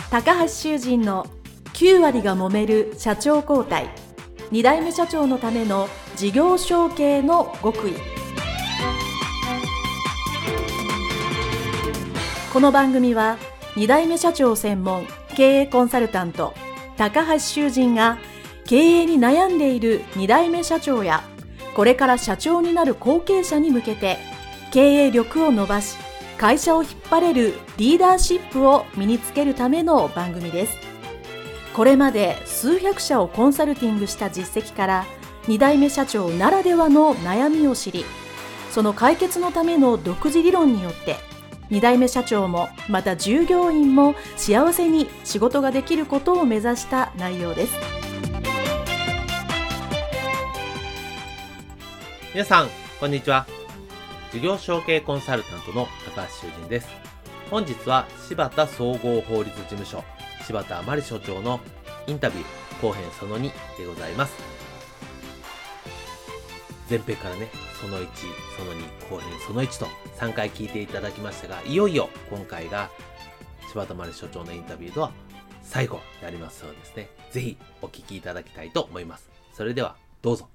高橋修人の9割が揉める社長交代、2代目社長のための事業承継の極意。この番組は2代目社長専門経営コンサルタント高橋修人が経営に悩んでいる2代目社長やこれから社長になる後継者に向けて経営力を伸ばし会社を引っ張れるリーダーシップを身につけるための番組です。これまで数百社をコンサルティングした実績から2代目社長ならではの悩みを知り、その解決のための独自理論によって2代目社長もまた従業員も幸せに仕事ができることを目指した内容です。 皆さんこんにちは。事業承継コンサルタントの高橋修人です。本日は柴田総合法律事務所柴田真理所長のインタビュー後編その2でございます。前編からね、その1、その2、後編その1と3回聞いていただきましたが、いよいよ今回が柴田真理所長のインタビューとは最後でありますのでですね、ぜひお聞きいただきたいと思います。それではどうぞ。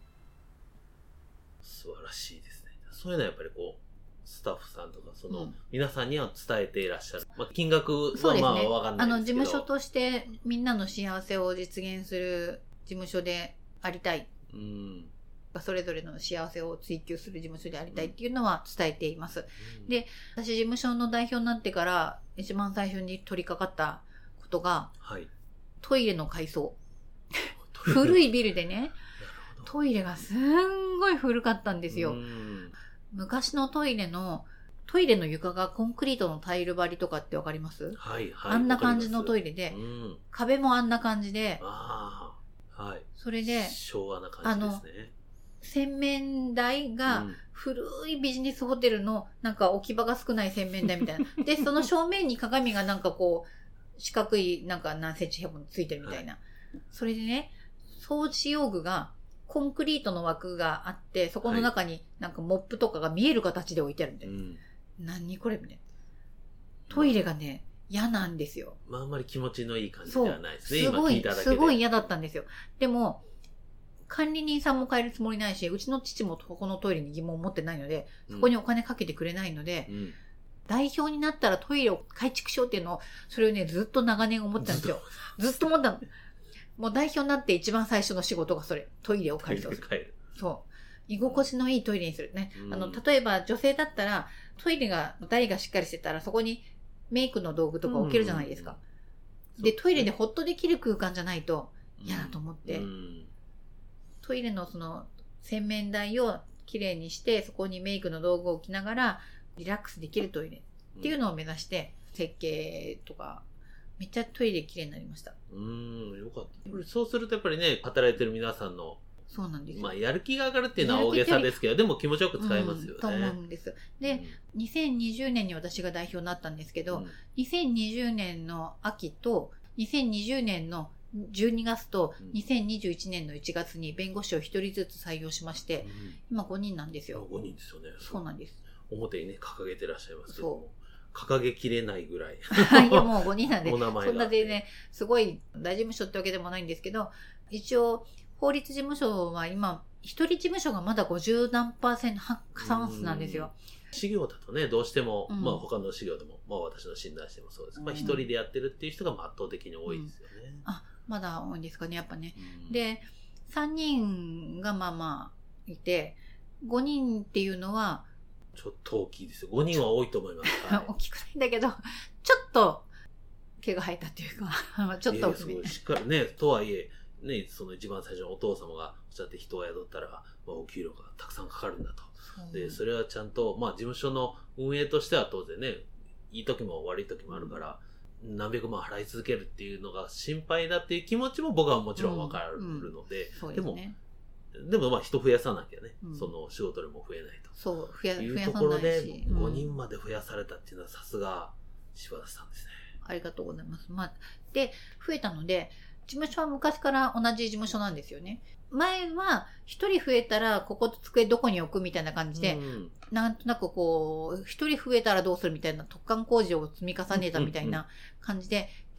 素晴らしいですね。そういうのはやっぱりスタッフさんとか皆さんには伝えていらっしゃる。金額はまあわかんないですけど、 事務所としてみんなの幸せを実現する事務所でありたい。それぞれの幸せを追求する事務所でありたいっていうのは伝えています。で、私事務所の代表になってから一番最初に取り掛かったことが、トイレの改装。古いビルでね、トイレがすんごい古かったんですよ。昔のトイレの床がコンクリートのタイル張りとかってわかります？あんな感じのトイレで、壁もあんな感じで、それで、 昭和な感じですね。 洗面台が古いビジネスホテルのなんか置き場が少ない洗面台みたいな。で、その正面に鏡がなんか四角いなんか何センチもついてるみたいな。それでね、掃除用具がコンクリートの枠があって、そこの中になんかモップとかが見える形で置いてあるみたいな。何これみたいな。トイレがね、嫌なんですよ。 あんまり気持ちのいい感じではないですね。今聞いただけで。 すごい嫌だったんですよ。でも、管理人さんも変えるつもりないし、うちの父もこのトイレに疑問を持ってないので、そこにお金かけてくれないので、代表になったらトイレを改築しようっていうのを、それをね、ずっと長年思ってたんですよ。ずっと思ったの。もう代表になって一番最初の仕事がそれ。トイレを改装する。そう。居心地のいいトイレにするね。例えば女性だったら、トイレが、台がしっかりしてたら、そこにメイクの道具とか置けるじゃないですか。で、トイレでホッとできる空間じゃないと嫌だと思って、トイレの洗面台をきれいにして、そこにメイクの道具を置きながら、リラックスできるトイレっていうのを目指して、設計とか、めっちゃトイレきれいになりました。 よかった。そうするとやっぱりね、働いてる皆さんの、 そうなんです。 やる気が上がるっていうのは大げさですけど、でも気持ちよく使えますよね。 と思うんです。で、2020年に私が代表になったんですけど、2020年の秋と、2020年の12月と2021年の1月に弁護士を1人ずつ採用しまして、今5人なんですよ。 5人ですよね。 そうなんです。 表にね、掲げてらっしゃいますけど。掲げきれないぐらい。 いや、もう5人なんで、 お名前がそんなでね、すごい大事務所ってわけでもないんですけど、一応、法律事務所は今、一人事務所がまだ50何%過半数なんですよ。 事業だとね、どうしても、他の事業でも、私の診断してもそうです。一人でやってるっていう人が圧倒的に多いですよね。 まだ多いんですかね、やっぱね。で、3人がいて、5人っていうのは、 ちょっと大きいですよ。5人は多いと思います。 大きくないんだけど、ちょっと毛が生えたっていうか、ちょっとしっかりね、とはいえ、ね、その一番最初のお父様がおっしゃって人を雇ったら、お給料がたくさんかかるんだと。で、それはちゃんと、事務所の運営としては当然ね、いい時も悪い時もあるから、何百万払い続けるっていうのが心配だっていう気持ちも僕はもちろんわかるので、でも人増やさなきゃね、その仕事量も増えないと。 そう、増やさないし。 いうところで5人まで増やされたっていうのはさすが柴田さんですね。 ありがとうございます。で、増えたので、事務所は昔から同じ事務所なんですよね。前は一人増えたらここと机どこに置くみたいな感じで、なんとなく一人増えたらどうするみたいな突貫工事を積み重ねたみたいな感じで、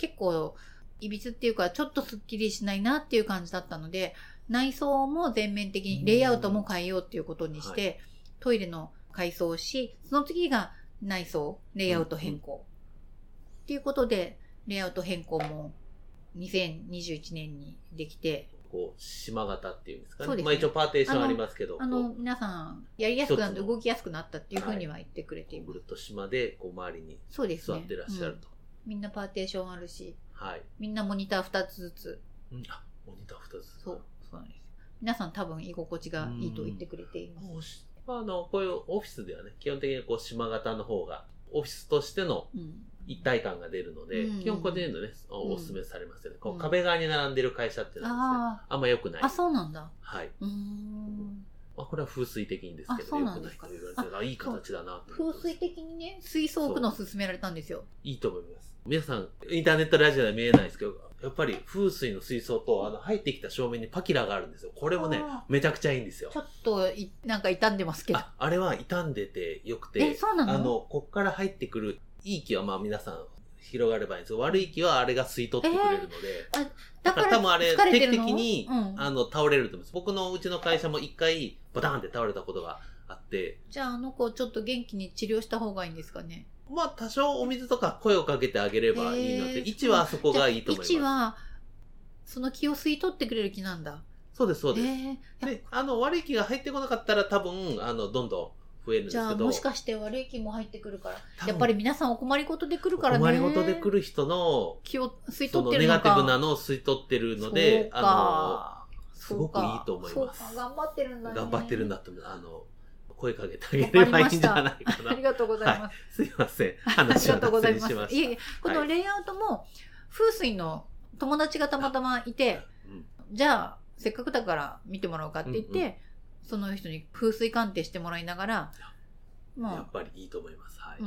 結構いびつっていうかちょっとスッキリしないなっていう感じだったので、内装も全面的にレイアウトも変えようっていうことにして、トイレの改装をし、その次が内装レイアウト変更っていうことで、レイアウト変更も2021年にできて、 こう島型っていうんですかね。 そうですね。 まあ一応パーテーションありますけど、 皆さんやりやすくなって動きやすくなったっていうふうには言ってくれています。 ぐるっと島でこう周りに座ってらっしゃると。 みんなパーテーションあるし、 はい。 みんなモニター2つずつ。 あ、モニター2つ。 そうなんです。皆さん多分居心地がいいと言ってくれています。 こういうオフィスではね、基本的にこう島型の方がオフィスとしての一体感が出るので、基本個人のね、お勧めされますよね。こう壁側に並んでる会社っていうのはですね、あんま良くない。 あ、そうなんだ。 はい。これは風水的にですけど、良くないと言われてる。いい形だなと。 風水的にね、水槽置くのを勧められたんですよ。 いいと思います。皆さん、インターネットラジオでは見えないですけど、やっぱり風水の水槽と、入ってきた正面にパキラがあるんですよ。これもね、めちゃくちゃいいんですよ。 ちょっと、なんか傷んでますけど。 あれは傷んでてよくて、 そうなの？ こっから入ってくる、いい気はまあ皆さん広がればいいんですけど、悪い気はあれが吸い取ってくれるので、だから多分あれ、定期的に、倒れると思います。僕のうちの会社も一回、バターンって倒れたことがあって。 じゃあ子ちょっと元気に治療した方がいいんですかね。 まあ多少お水とか声をかけてあげればいいので、位置はそこがいいと思います。 位置は、その気を吸い取ってくれる気なんだ。 そうです、そうです。で、悪い気が入ってこなかったら多分、どんどん増えるんですけど。 じゃあもしかして悪い気も入ってくるから。やっぱり皆さんお困りごとで来るからね。 お困りごとで来る人の気を吸い取ってるのか。 ネガティブなのを吸い取ってるので、すごくいいと思います。 そうか、頑張ってるんだね。 頑張ってるんだと思う。声かけてあげればいいんじゃないかな。 ありがとうございます。 すいません。話を脱線しました。 いえ、このレイアウトも、風水の友達がたまたまいて、じゃあ、せっかくだから見てもらおうかって言って、その人に風水鑑定してもらいながら、 やっぱりいいと思います。はい。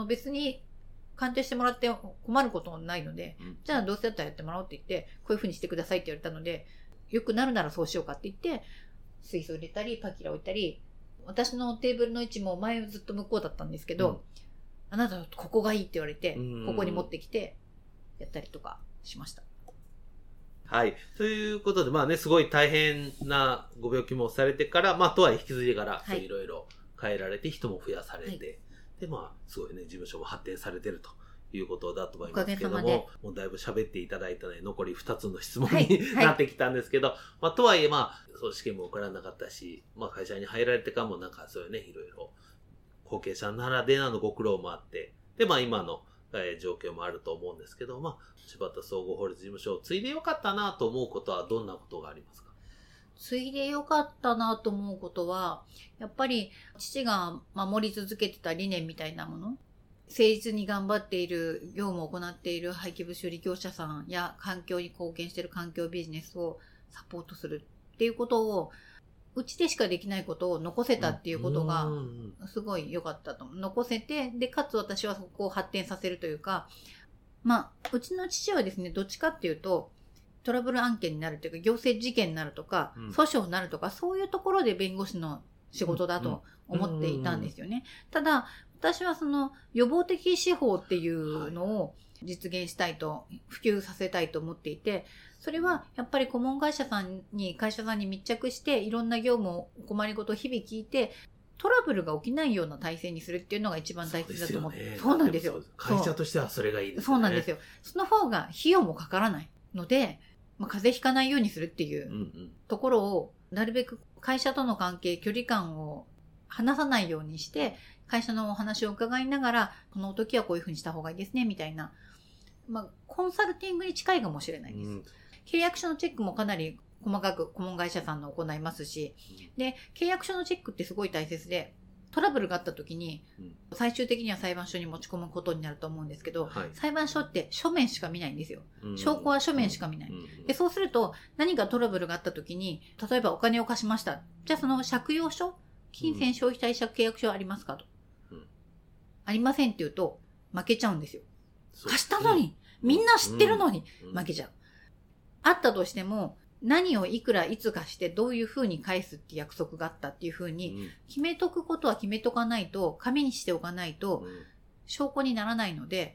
別に鑑定してもらって困ることないので、じゃあどうせだったらやってもらおうって言って、こういう風にしてくださいって言われたので、良くなるならそうしようかって言って、水槽入れたり、パキラ置いたり、私のテーブルの位置も前ずっと向こうだったんですけど、あなたここがいいって言われて、ここに持ってきて、やったりとかしました。 はい。ということで、まあね、すごい大変なご病気もされてから、まあ、とはいえ引き継いでから、いろいろ変えられて、人も増やされて、で、まあ、すごいね、事務所も発展されてるということだと思いますけども、もうだいぶ喋っていただいたので、残り2つの質問になってきたんですけど、まあ、とはいえ、まあ、そう試験も受からなかったし、まあ、会社に入られてからもなんか、そういうね、いろいろ、後継者ならではのご苦労もあって、で、まあ、今の、状況もあると思うんですけど、まあ、柴田総合法律事務所を継いでよかったなと思うことはどんなことがありますか？ 継いでよかったなと思うことは、やっぱり父が守り続けてた理念みたいなもの、誠実に頑張っている、業務を行っている廃棄物処理業者さんや環境に貢献している環境ビジネスをサポートするっていうことを、うちでしかできないことを残せたっていうことが、すごい良かったと思う。残せて、で、かつ私はそこを発展させるというか、まあ、うちの父はですね、どっちかっていうと、トラブル案件になるというか、行政事件になるとか、訴訟になるとか、そういうところで弁護士の仕事だと思っていたんですよね。ただ、私はその予防的司法っていうのを実現したいと、普及させたいと思っていて、それはやっぱり顧問会社さんに密着して、いろんな業務をお困りごとを日々聞いて、トラブルが起きないような体制にするっていうのが一番大切だと思って。そうなんですよ。 会社としてはそれがいいですね。 そうなんですよ。その方が費用もかからないので、風邪ひかないようにするっていうところを、なるべく会社との関係、距離感を離さないようにして、会社のお話を伺いながら、この時はこういうふうにした方がいいですね、みたいな。コンサルティングに近いかもしれないです。契約書のチェックもかなり細かく顧問会社さんの行いますし、で、契約書のチェックってすごい大切で、トラブルがあった時に、最終的には裁判所に持ち込むことになると思うんですけど、裁判所って書面しか見ないんですよ。証拠は書面しか見ない。で、そうすると、何かトラブルがあった時に、例えばお金を貸しました。じゃあその借用書、金銭消費貸借契約書ありますかと。ありませんって言うと、負けちゃうんですよ。貸したのに、みんな知ってるのに、負けちゃう。あったとしても、何をいくらいつかしてどういうふうに返すって約束があったっていうふうに決めとくことは決めとかないと、紙にしておかないと証拠にならないので、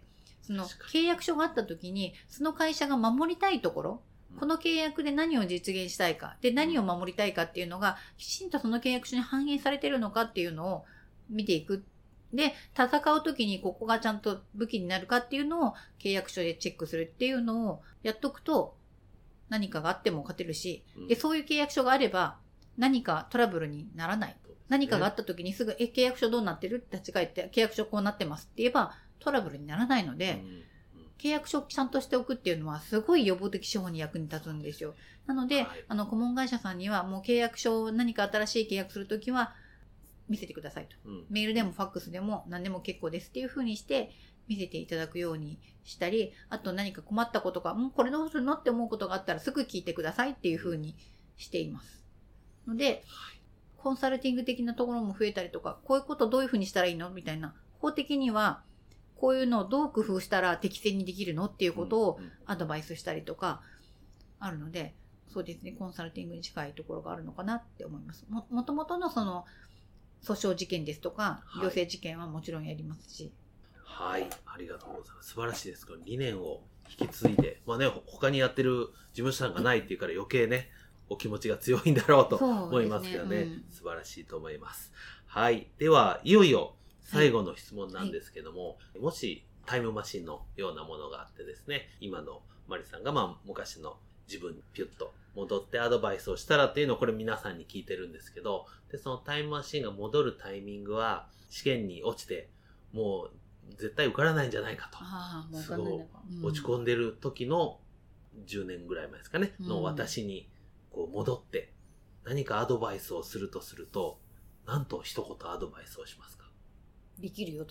その確か契約書があった時に、その会社が守りたいところ、この契約で何を実現したいか、で何を守りたいかっていうのが、きちんとその契約書に反映されてるのかっていうのを見ていく。で、戦う時にここがちゃんと武器になるかっていうのを契約書でチェックするっていうのをやっとくと、何かがあっても勝てるし、で、そういう契約書があれば、何かトラブルにならない。何かがあった時にすぐ、契約書どうなってるって立ち返って、契約書こうなってますって言えば、トラブルにならないので、契約書をちゃんとしておくっていうのは、すごい予防的手法に役に立つんですよ。なので、顧問会社さんには、もう契約書を何か新しい契約するときは、見せてくださいと。メールでもファックスでも何でも結構ですっていう風にして、見せていただくようにしたり、あと何か困ったことが、これどうするのって思うことがあったらすぐ聞いてくださいっていう風にしています。ので、コンサルティング的なところも増えたりとか、こういうことどういう風にしたらいいのみたいな、法的には、こういうのをどう工夫したら適正にできるのっていうことをアドバイスしたりとか、あるので、そうですね、コンサルティングに近いところがあるのかなって思います。もともとのその、訴訟事件ですとか、行政事件はもちろんやりますし、 はい、ありがとうございます。素晴らしいです。この理念を引き継いで、まあね、他にやってる事務所さんがないっていうから余計ね、お気持ちが強いんだろうと思いますけどね、素晴らしいと思います。はい。では、いよいよ最後の質問なんですけども、もしタイムマシンのようなものがあってですね、今のマリさんが昔の自分にピュッと戻ってアドバイスをしたらっていうのをこれ皆さんに聞いてるんですけど、で、そのタイムマシンが戻るタイミングは試験に落ちて、もう絶対受からないんじゃないかと。 もうすごい落ち込んでる時の10年ぐらい前ですかね、の私にこう戻って何かアドバイスをするとすると、なんと一言アドバイスをしますか？ できるよと。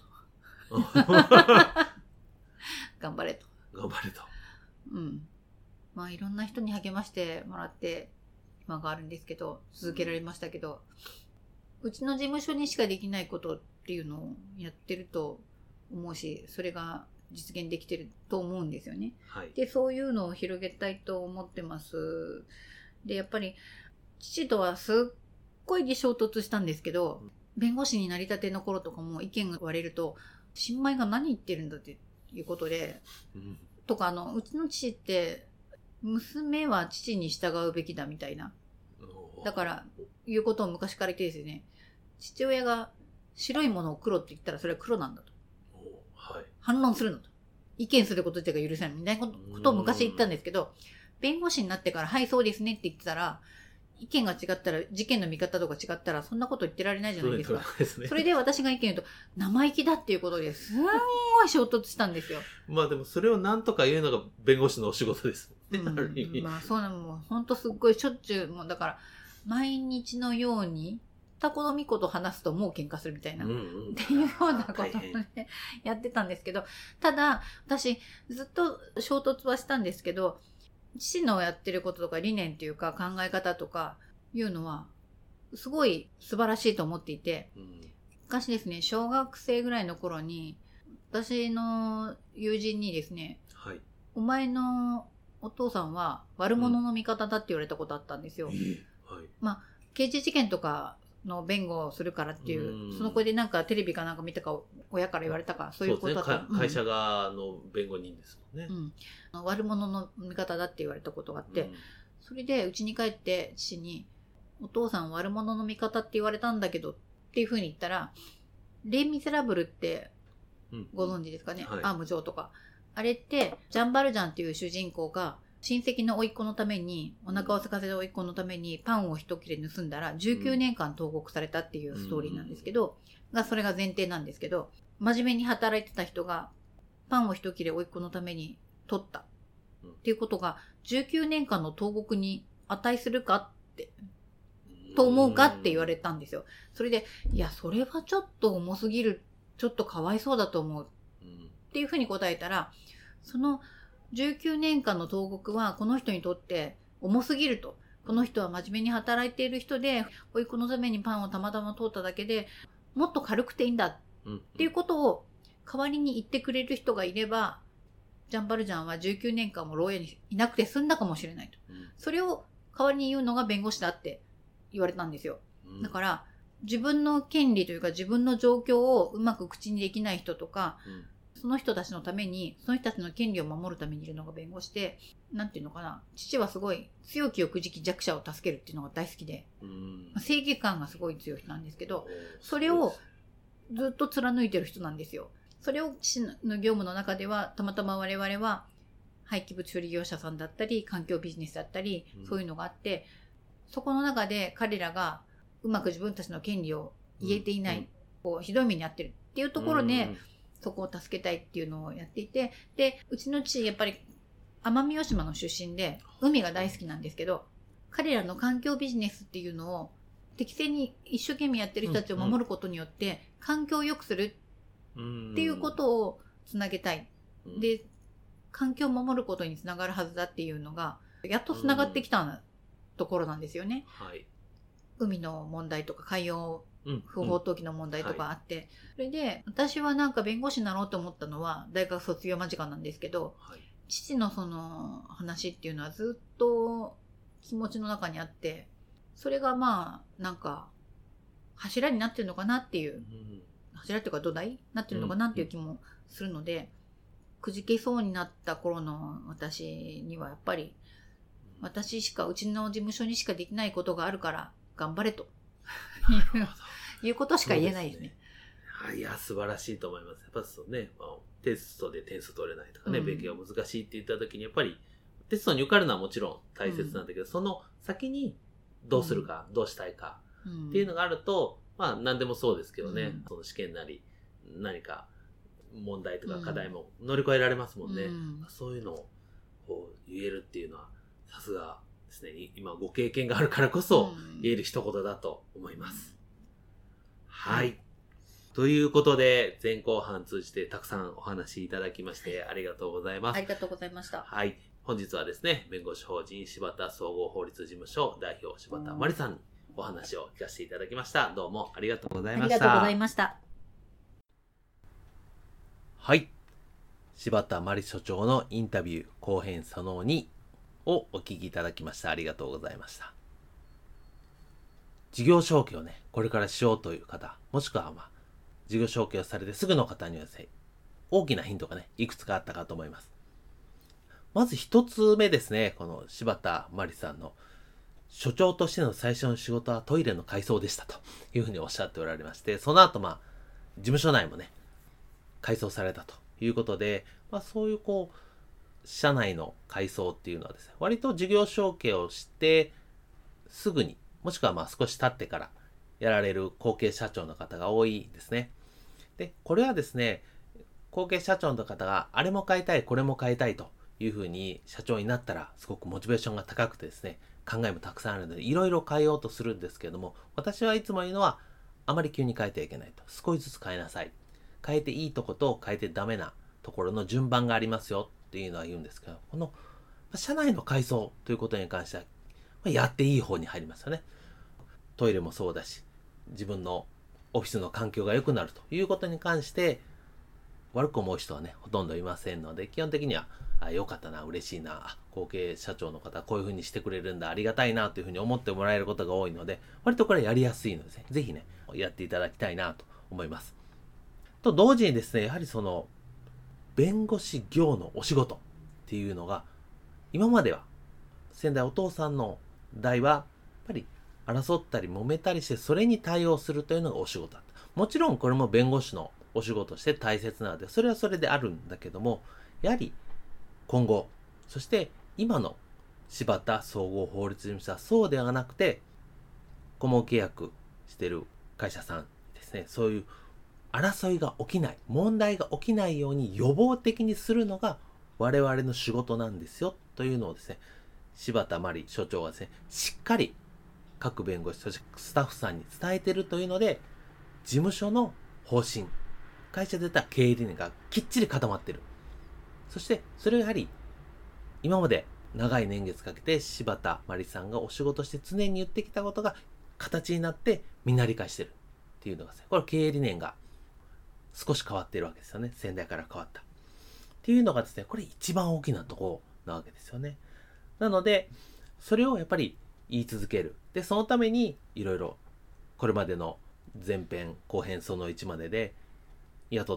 頑張れと。 頑張れと。 いろんな人に励ましてもらって今があるんですけど、続けられましたけど、うちの事務所にしかできないことっていうのをやってると思うし、それが実現できてると思うんですよね。で、そういうのを広げたいと思ってます。で、やっぱり父とはすっごい衝突したんですけど、弁護士になりたての頃とかも意見が割れると、新米が何言ってるんだっていうことで、とかうちの父って、娘は父に従うべきだみたいな。だから、いうことを昔から言ってですね、父親が白いものを黒って言ったらそれは黒なんだと。反論するのと。意見すること自体が許せないみたいなことを昔言ったんですけど、弁護士になってから、はい、そうですねって言ってたら、意見が違ったら、事件の見方とか違ったら、そんなこと言ってられないじゃないですか。それで私が意見言うと、生意気だっていうことですんごい衝突したんですよ。 でもそれを何とか言うのが弁護士のお仕事ですもんね。 そうなの、もう本当すっごいしょっちゅう、もうだから、毎日のように、双子の巫女と話すともう喧嘩するみたいな、っていうようなことをね、やってたんですけど、ただ、私、ずっと衝突はしたんですけど、父のやってることとか理念というか考え方とかいうのはすごい素晴らしいと思っていて、昔ですね、小学生ぐらいの頃に私の友人にですね、お前のお父さんは悪者の味方だって言われたことあったんですよ。刑事事件とかの弁護をするからっていう、その子でなんかテレビかなんか見たか親から言われたか、そういうことだった。 会社側の弁護人ですもんね。 悪者の味方だって言われたことがあって、それで家に帰って父に、お父さん悪者の味方って言われたんだけどっていう風に言ったら、レイ・ミゼラブルってご存知ですかね、アーム上とか。あれって、ジャン・バルジャンっていう主人公が、親戚の甥っ子のために、お腹を空かせた甥っ子のためにパンを一切れ盗んだら19年間投獄されたっていうストーリーなんですけど、それが前提なんですけど、真面目に働いてた人がパンを一切れ甥っ子のために取ったっていうことが19年間の投獄に値するかってと思うかって言われたんですよ。それで、いや、それはちょっと重すぎる、ちょっとかわいそうだと思うっていうふうに答えたら、その19年間の投獄はこの人にとって重すぎると。この人は真面目に働いている人で、甥っ子のためにパンをたまたま通っただけでもっと軽くていいんだっていうことを代わりに言ってくれる人がいれば、ジャン・バルジャンは19年間も牢屋にいなくて済んだかもしれないと。それを代わりに言うのが弁護士だって言われたんですよ。だから、自分の権利というか自分の状況をうまく口にできない人とか、 その人たちのために、その人たちの権利を守るためにいるのが弁護士で、なんていうのかな、父はすごい強きをくじき弱者を助けるっていうのが大好きで、正義感がすごい強い人なんですけど、それをずっと貫いてる人なんですよ。それを父の業務の中では、たまたま我々は廃棄物処理業者さんだったり、環境ビジネスだったり、そういうのがあって、そこの中で彼らがうまく自分たちの権利を言えていない、こうひどい目に遭ってるっていうところで、そこを助けたいっていうのをやっていて、で、うちの父、やっぱり奄美大島の出身で、海が大好きなんですけど、彼らの環境ビジネスっていうのを適正に一生懸命やってる人たちを守ることによって、環境を良くするっていうことをつなげたい。で、環境を守ることにつながるはずだっていうのが、やっとつながってきたところなんですよね。海の問題とか海洋不法投棄の問題とかあって、それで私はなんか弁護士になろうと思ったのは大学卒業間近なんですけど、父のその話っていうのはずっと気持ちの中にあって、それがまあなんか柱になってるのかなっていう、柱っていうか土台になってるのかなっていう気もするので、くじけそうになった頃の私にはやっぱり、私しか、うちの事務所にしかできないことがあるから頑張れということしか言えないですね。 いや、素晴らしいと思います。やっぱそうね、テストで点数取れないとかね、勉強が難しいって言った時に、やっぱりテストに受かるのはもちろん大切なんだけど、その先にどうするか、どうしたいかっていうのがあると、まあ何でもそうですけどね、その試験なり何か問題とか課題も乗り越えられますもんね。そういうのをこう言えるっていうのはさすがですね。今ご経験があるからこそ言える一言だと思います。はい。ということで、前後半通じてたくさんお話しいただきましてありがとうございます。 ありがとうございました。 はい。本日はですね、弁護士法人柴田総合法律事務所代表柴田真理さんにお話を聞かせていただきました。どうもありがとうございました。 ありがとうございました。 はい。柴田真理所長のインタビュー後編その2をお聞きいただきました。ありがとうございました。事業承継をね、これからしようという方、もしくは事業承継をされてすぐの方にはですね、大きなヒントがね、いくつかあったかと思います。まず一つ目ですね、この柴田真理さんの所長としての最初の仕事はトイレの改装でしたというふうにおっしゃっておられまして、その後事務所内もね、改装されたということで、そういう社内の改装っていうのはですね、割と事業承継をしてすぐに、もしくは少し経ってからやられる後継社長の方が多いですね。で、これはですね、後継社長の方があれも変えたい、これも変えたいというふうに社長になったらすごくモチベーションが高くてですね、考えもたくさんあるのでいろいろ変えようとするんですけれども、私はいつも言うのはあまり急に変えてはいけないと。少しずつ変えなさい。変えていいとこと変えてダメなところの順番がありますよっていうのは言うんですけど、この社内の改装ということに関してはやっていい方に入りますよね。トイレもそうだし、自分のオフィスの環境が良くなるということに関して悪く思う人はね、ほとんどいませんので、基本的には良かったな、嬉しいな、後継社長の方こういう風にしてくれるんだ、ありがたいなという風に思ってもらえることが多いので、割とこれやりやすいので、ぜひね、やっていただきたいなと思います。と同時にですね、やはりその弁護士業のお仕事っていうのが、今までは先代お父さんの代はやっぱり争ったり揉めたりして、それに対応するというのがお仕事だった。もちろんこれも弁護士のお仕事として大切なので、それはそれであるんだけども、やはり今後、そして今の柴田総合法律事務所はそうではなくて、顧問契約している会社さんですね、そういう争いが起きない、問題が起きないように予防的にするのが我々の仕事なんですよというのをですね、柴田真理所長がですね、しっかり各弁護士、そしてスタッフさんに伝えているというので、事務所の方針、会社で出た経営理念がきっちり固まっている。そしてそれをやはり今まで長い年月かけて柴田真理さんがお仕事して常に言ってきたことが形になってみんな理解しているっていうのがですね、これ経営理念が少し変わっているわけですよね。先代から変わったっていうのがですね、これ一番大きなところなわけですよね。なのでそれをやっぱり言い続ける。で、そのためにいろいろこれまでの前編後編その1までで雇った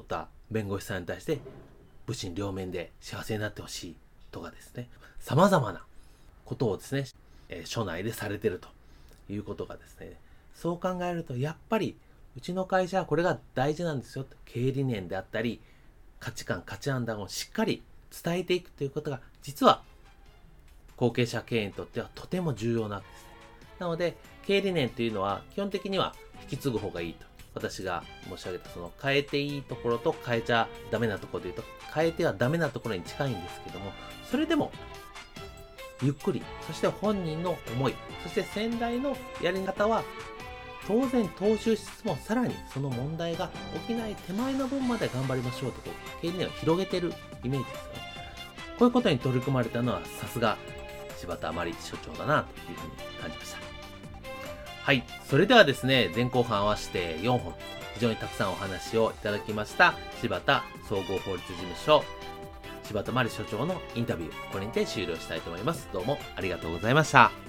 弁護士さんに対して武心両面で幸せになってほしいとかですね、様々なことをですね、署内でされてるということがですね、そう考えるとやっぱりうちの会社はこれが大事なんですよ、経営理念であったり価値観、価値判断をしっかり伝えていくということが実は後継者経営にとってはとても重要なんです。なので経営理念というのは基本的には引き継ぐ方がいいと、私が申し上げたその変えていいところと変えちゃダメなところでいうと変えてはダメなところに近いんですけども、それでもゆっくり、そして本人の思い、そして先代のやり方は当然踏襲しつつもさらにその問題が起きない手前の分まで頑張りましょうと、経営理念を広げているイメージですよね。こういうことに取り組まれたのはさすが柴田真理所長だなというふうに感じました。はい、それではですね、前後半合わせて4本非常にたくさんお話をいただきました柴田総合法律事務所柴田真理所長のインタビュー、これにて終了したいと思います。どうもありがとうございました。